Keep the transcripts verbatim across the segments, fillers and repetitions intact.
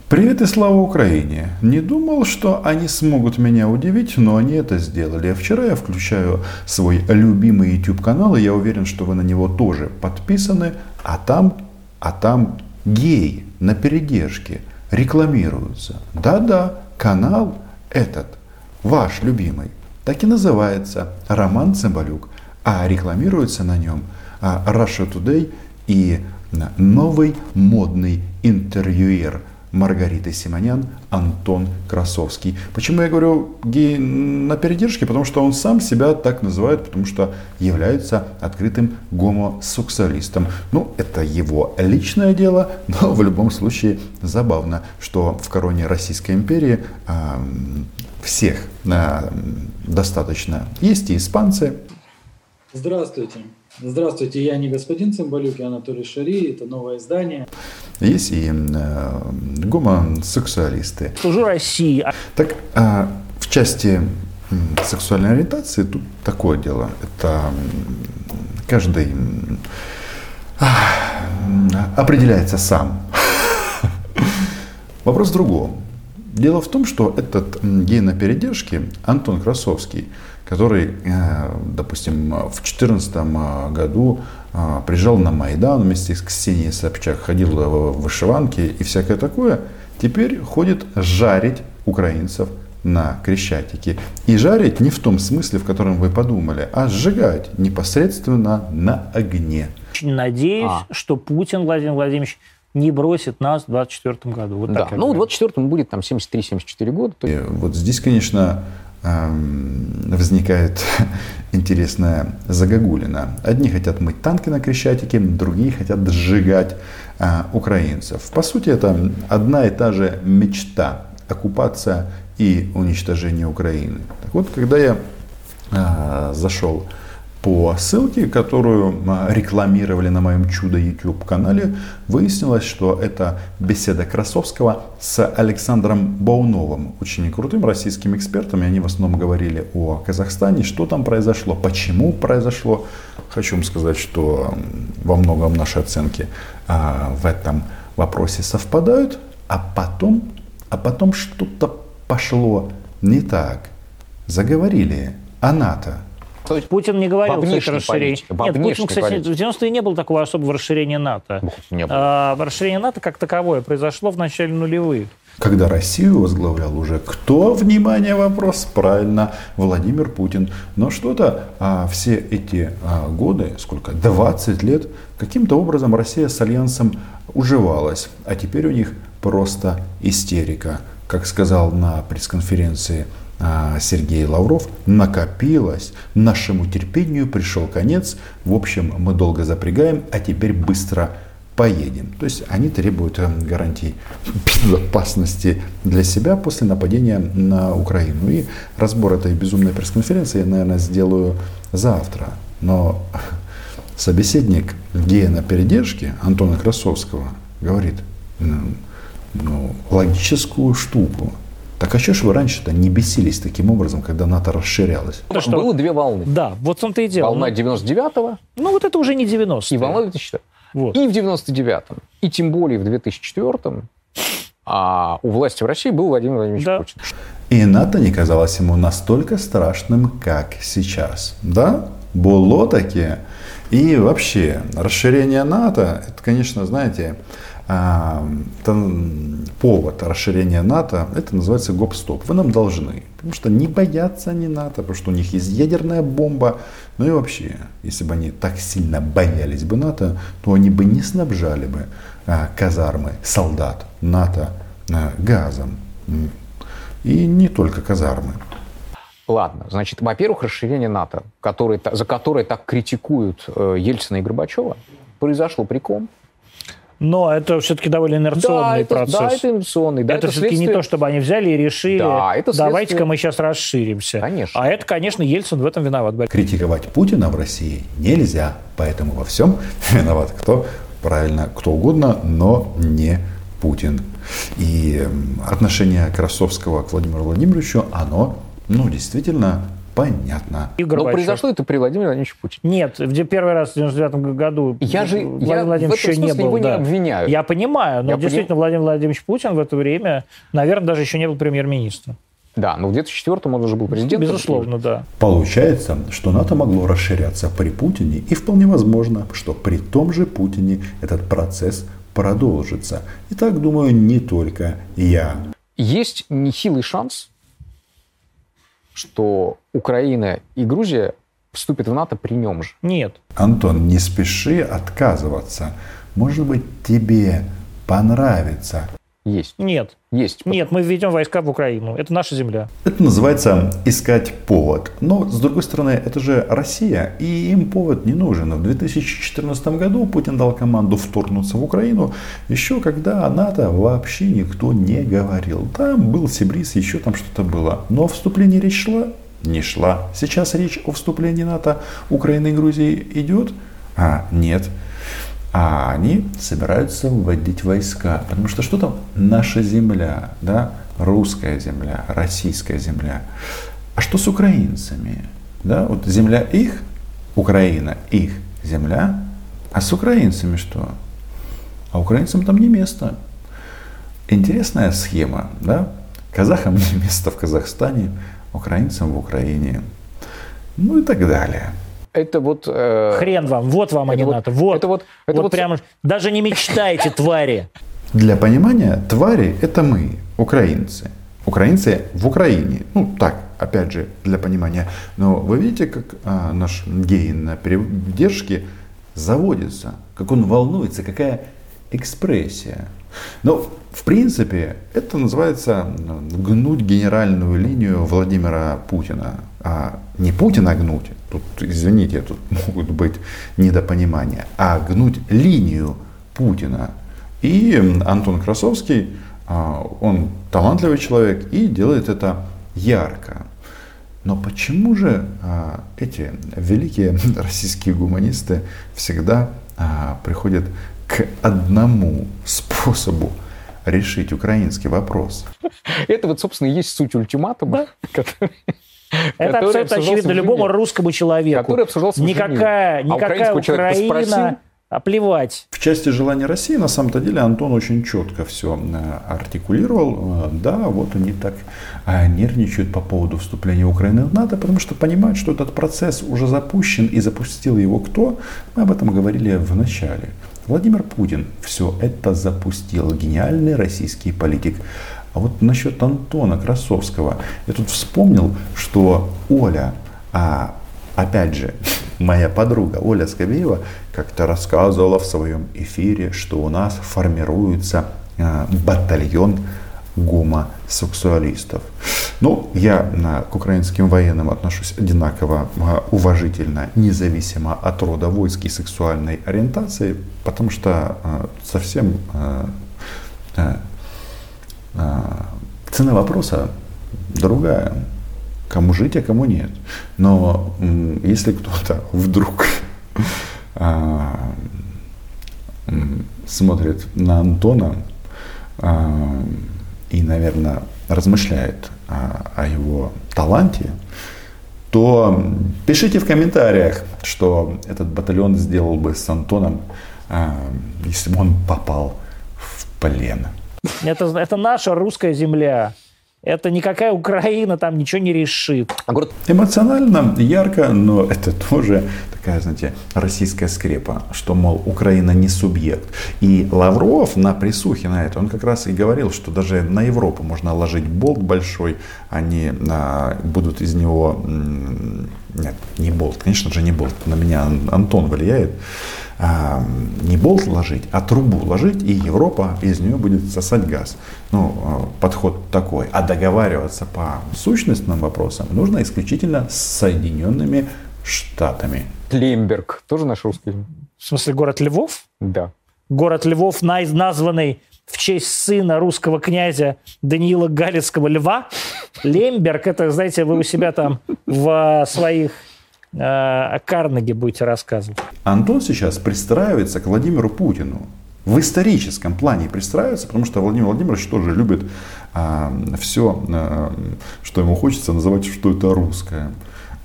Привет и слава Украине! Не думал, что они смогут меня удивить, но они это сделали. Вчера я включаю свой любимый YouTube канал, и я уверен, что вы на него тоже подписаны, а там, а там геи на передержке рекламируются. Да-да, канал этот, ваш любимый, так и называется Роман Цымбалюк, а рекламируется на нем Russia Today и новый модный интервьюер Маргариты Симонян Антон Красовский. Почему я говорю гей на передержке? Потому что он сам себя так называет, потому что является открытым гомосексуалистом. Ну, это его личное дело, но в любом случае забавно, что в короне Российской империи э, всех э, достаточно. Есть и испанцы. Здравствуйте. Здравствуйте, я не господин Цымбалюк, я Анатолий Шари, это новое издание. Есть и э, гомосексуалисты. Служу России. Так, э, в части э, сексуальной ориентации тут такое дело. Это э, каждый э, определяется сам. Вопрос в другом. Дело в том, что этот гей на передержке Антон Красовский, который, допустим, в две тысячи четырнадцатом году приезжал на Майдан вместе с Ксенией Собчак, ходил в вышиванке и всякое такое, теперь ходит жарить украинцев на Крещатике. И жарить не в том смысле, в котором вы подумали, а сжигать непосредственно на огне. Очень надеюсь, а. что Путин Владимир Владимирович не бросит нас в двадцать четвёртом году. Вот да, так ну в двадцать четвёртом будет там семьдесят три - семьдесят четыре года. И вот здесь, конечно, возникает интересная загогулина. Одни хотят мыть танки на Крещатике, другие хотят сжигать а, украинцев. По сути, это одна и та же мечта – оккупация и уничтожение Украины. Так вот, когда я а, зашел по ссылке, которую рекламировали на моем чудо YouTube канале, выяснилось, что это беседа Красовского с Александром Бауновым, очень крутым российским экспертом. И они в основном говорили о Казахстане, что там произошло, почему произошло. Хочу вам сказать, что во многом наши оценки а, в этом вопросе совпадают, а потом, а потом что-то пошло не так. Заговорили о НАТО. Путин не говорил, кстати, расширение. Нет, Путин, кстати, политике. в девяностые не было такого особого расширения НАТО. Не было. А, расширение НАТО как таковое произошло в начале нулевых. Когда Россию возглавлял уже кто, внимание, вопрос, правильно, Владимир Путин. Но что-то а, все эти а, годы, сколько, двадцать лет, каким-то образом Россия с Альянсом уживалась. А теперь у них просто истерика. Как сказал на пресс-конференции Сергей Лавров, накопилось, нашему терпению пришел конец, в общем, мы долго запрягаем, а теперь быстро поедем. То есть они требуют гарантий безопасности для себя после нападения на Украину. И разбор этой безумной пресс-конференции я, наверное, сделаю завтра. Но собеседник гея на передержке Антона Красовского говорит ну, логическую штуку. Так а что ж вы раньше-то не бесились таким образом, когда НАТО расширялось? То, что... Было две волны. Да, вот в том-то и дело. Волна девяносто девятого. Ну вот это уже не девяностые. И волна две тысячи четвёртого. Вот. И в девяносто девятом. И тем более в две тысячи четвёртом а у власти в России был Владимир Владимирович да. Путин. И НАТО не казалось ему настолько страшным, как сейчас. Да? Было таки. И вообще, расширение НАТО, это, конечно, знаете... повод расширения НАТО, это называется гоп-стоп. Вы нам должны. Потому что не боятся они НАТО, потому что у них есть ядерная бомба. Ну и вообще, если бы они так сильно боялись бы НАТО, то они бы не снабжали бы а, казармы солдат НАТО а, газом. И не только казармы. Ладно, значит, во-первых, расширение НАТО, который, за которое так критикуют э, Ельцина и Горбачева, произошло при ком? Но это все-таки довольно инерционный да, это, процесс. Да, это инерционный. Да, это, это все-таки следствие... не то, чтобы они взяли и решили, да, давайте-ка мы сейчас расширимся. Конечно. А это, конечно, Ельцин в этом виноват. Критиковать Путина в России нельзя, поэтому во всем виноват кто правильно, кто угодно, но не Путин. И отношение Красовского к Владимиру Владимировичу, оно, ну, действительно понятно. И Но Горбачев. произошло это при Владимире Владимировиче Путине. Нет, в де- первый раз в девяносто девятом году Я же Владимир я в Владимирович этом еще не смысле был. его не да. обвиняю. Я понимаю, но Я действительно пони- Владимир Владимирович Путин в это время, наверное, даже еще не был премьер-министром. Да, но в две тысячи четвёртом он уже был президентом. Безусловно, да. Получается, что НАТО могло расширяться при Путине, и вполне возможно, что при том же Путине этот процесс продолжится. И так думаю не только я. Есть нехилый шанс, что Украина и Грузия вступят в НАТО при нем же. Нет. Антон, не спеши отказываться. Может быть, тебе понравится. Есть. Нет. Есть. Нет, мы введем войска в Украину. Это наша земля. Это называется искать повод. Но, с другой стороны, это же Россия, и им повод не нужен. В две тысячи четырнадцатом году Путин дал команду вторгнуться в Украину, еще когда о НАТО вообще никто не говорил. Там был Сибирис, еще там что-то было. Но о вступлении речь шла? Не шла. Сейчас речь о вступлении НАТО Украины и Грузии идет? А, нет. А они собираются вводить войска. Потому что что там? Наша земля, да? Русская земля, российская земля. А что с украинцами? Да? Вот земля их, Украина их земля. А с украинцами что? А украинцам там не место. Интересная схема, да? Казахам не место в Казахстане, украинцам в Украине. Ну и так далее. Это вот... э, Хрен вам, вот вам, а это не вот- НАТО. Вот, это вот- это вот вот- прямо, даже не мечтайте, твари. Для понимания, твари – это мы, украинцы. Украинцы в Украине. Ну, так, опять же, для понимания. Но вы видите, как а, наш гей на передержке заводится, как он волнуется, какая экспрессия. Но, в принципе, это называется ну, гнуть генеральную линию Владимира Путина. А не Путина гнуть, тут, извините, тут могут быть недопонимания, а гнуть линию Путина. И Антон Красовский, он талантливый человек и делает это ярко. Но почему же эти великие российские гуманисты всегда приходят к одному способу решить украинский вопрос? Это вот, собственно, и есть суть ультиматума, который... Это который абсолютно обсуждался очевидно в любому Женеве. русскому человеку. Который обсуждался в Никакая, Женеве. А никакая украинского человека Украина, спросил? а плевать. В части желания России, на самом-то деле, Антон очень четко все артикулировал. Да, вот они так нервничают по поводу вступления Украины в НАТО, потому что понимают, что этот процесс уже запущен, и запустил его кто? Мы об этом говорили в начале. Владимир Путин все это запустил. Гениальный российский политик. А вот насчет Антона Красовского. Я тут вспомнил, что Оля, а, опять же, моя подруга Оля Скобеева как-то рассказывала в своем эфире, что у нас формируется а, батальон гомосексуалистов. Ну, я а, к украинским военным отношусь одинаково а, уважительно, независимо от рода войск и сексуальной ориентации, потому что а, совсем... А, а, Цена вопроса другая. Кому жить, а кому нет. Но м, если кто-то вдруг а, м, смотрит на Антона а, и, наверное, размышляет а, о его таланте, то пишите в комментариях, что этот батальон сделал бы с Антоном, а, если бы он попал в плен. Это, это наша русская земля. Это никакая Украина там ничего не решит. Эмоционально, ярко, но это тоже такая, знаете, российская скрепа, что, мол, Украина не субъект. И Лавров на присухе на это, он как раз и говорил, что даже на Европу можно ложить болт большой, они а, будут из него... Нет, не болт, конечно же не болт, на меня Антон влияет. А, не болт ложить, а трубу ложить, и Европа из нее будет сосать газ. Ну, подход такой. А договариваться по сущностным вопросам нужно исключительно с Соединенными Штатами. Лемберг, тоже наш русский? В смысле, город Львов? Да. Город Львов, названный в честь сына русского князя Даниила Галицкого Льва. Лемберг, это, знаете, вы у себя там в своих э, о Карнеге будете рассказывать. Антон сейчас пристраивается к Владимиру Путину. В историческом плане пристраивается, потому что Владимир Владимирович тоже любит а, все, а, что ему хочется называть, что это русское.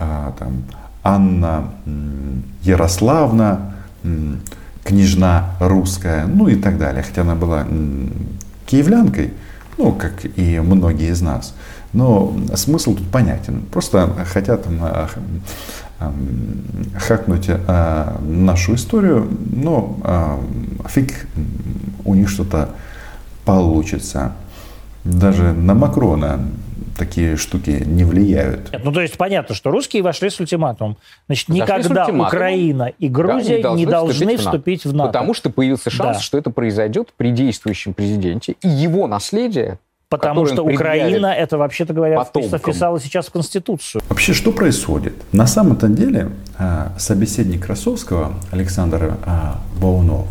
а, там, Анна м, Ярославна, м, княжна русская, ну и так далее. Хотя она была м, киевлянкой, ну, как и многие из нас. Но смысл тут понятен. Просто хотят а, а, хакнуть а, нашу историю, но а, фиг у них что-то получится. Даже на Макрона такие штуки не влияют. Нет, ну, то есть понятно, что русские вошли с ультиматумом. Значит, Зашли с никогда ультиматумом. Украина и Грузия Да, не должны вступить в НАТО. Потому что появился шанс, Да. что это произойдет при действующем президенте, и его наследие, Потому которое что он предъявит Украина, это, вообще-то говоря, потомкам. вписала сейчас в Конституцию. Вообще, что происходит? На самом-то деле, а, собеседник Красовского, Александр а, Баунов,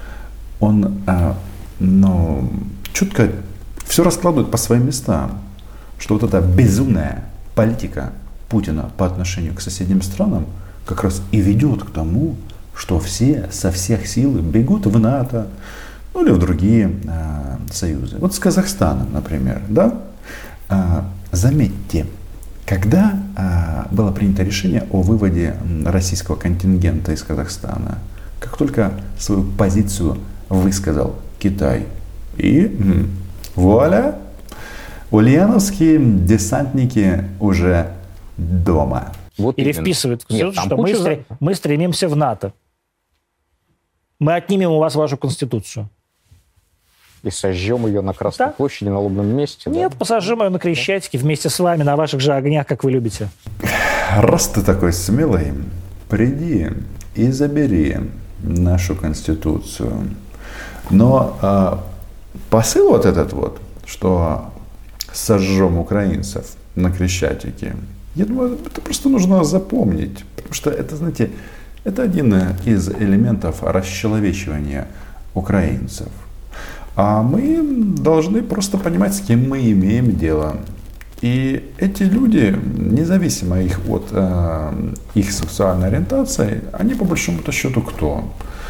он а, ну, четко все раскладывает по своим местам. Что вот эта безумная политика Путина по отношению к соседним странам как раз и ведет к тому, что все со всех сил бегут в НАТО, ну или в другие э, союзы. Вот с Казахстаном, например, да? Э, заметьте, когда э, было принято решение о выводе российского контингента из Казахстана, как только свою позицию высказал Китай, и м, вуаля, ульяновские десантники уже дома. Вот Или именно. вписывают в Нет, Конституцию, там что мы, куча стре- за- мы стремимся в НАТО. Мы отнимем у вас вашу Конституцию. И сожжем ее на Красной Да. площади, на лобном месте. да. Нет, посажим ее на Крещатике вместе с вами на ваших же огнях, как вы любите. Раз ты такой смелый, приди и забери нашу Конституцию. Но а, посыл вот этот вот, что сожжем украинцев на Крещатике, я думаю, это просто нужно запомнить. Потому что это, знаете, это один из элементов расчеловечивания украинцев. А мы должны просто понимать, с кем мы имеем дело. И эти люди, независимо их от э, их сексуальной ориентации, они по большому-то счету кто?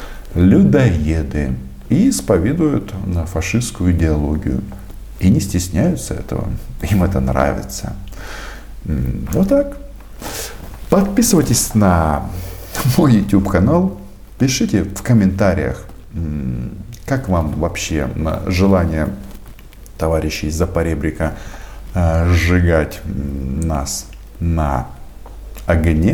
Людоеды. И исповедуют на фашистскую идеологию. И не стесняются этого. Им это нравится. М, Вот так. Подписывайтесь на мой YouTube канал. Пишите в комментариях, м, как вам вообще м, желание товарищей из Запоребрика э, сжигать м, нас на огне.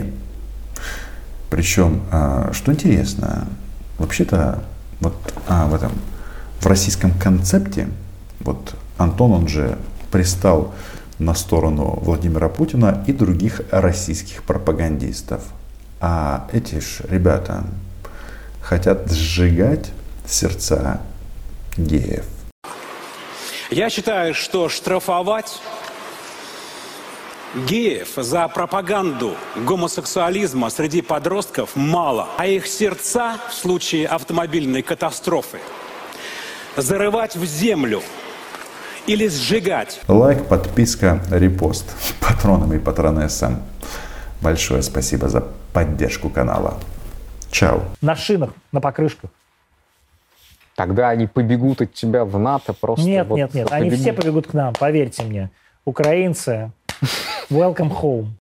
Причем, э, что интересно, вообще-то вот а, в этом в российском концепте вот Антон, он же пристал на сторону Владимира Путина и других российских пропагандистов. А эти ж ребята хотят сжигать сердца геев. Я считаю, что штрафовать геев за пропаганду гомосексуализма среди подростков мало, а их сердца в случае автомобильной катастрофы зарывать в землю или сжигать. Лайк, подписка, репост. Патронам и патронессам большое спасибо за поддержку канала. Чао. На шинах, на покрышках. Тогда они побегут от тебя в НАТО просто. Нет, вот нет, нет. Они побегут. все побегут к нам, поверьте мне. Украинцы, welcome home.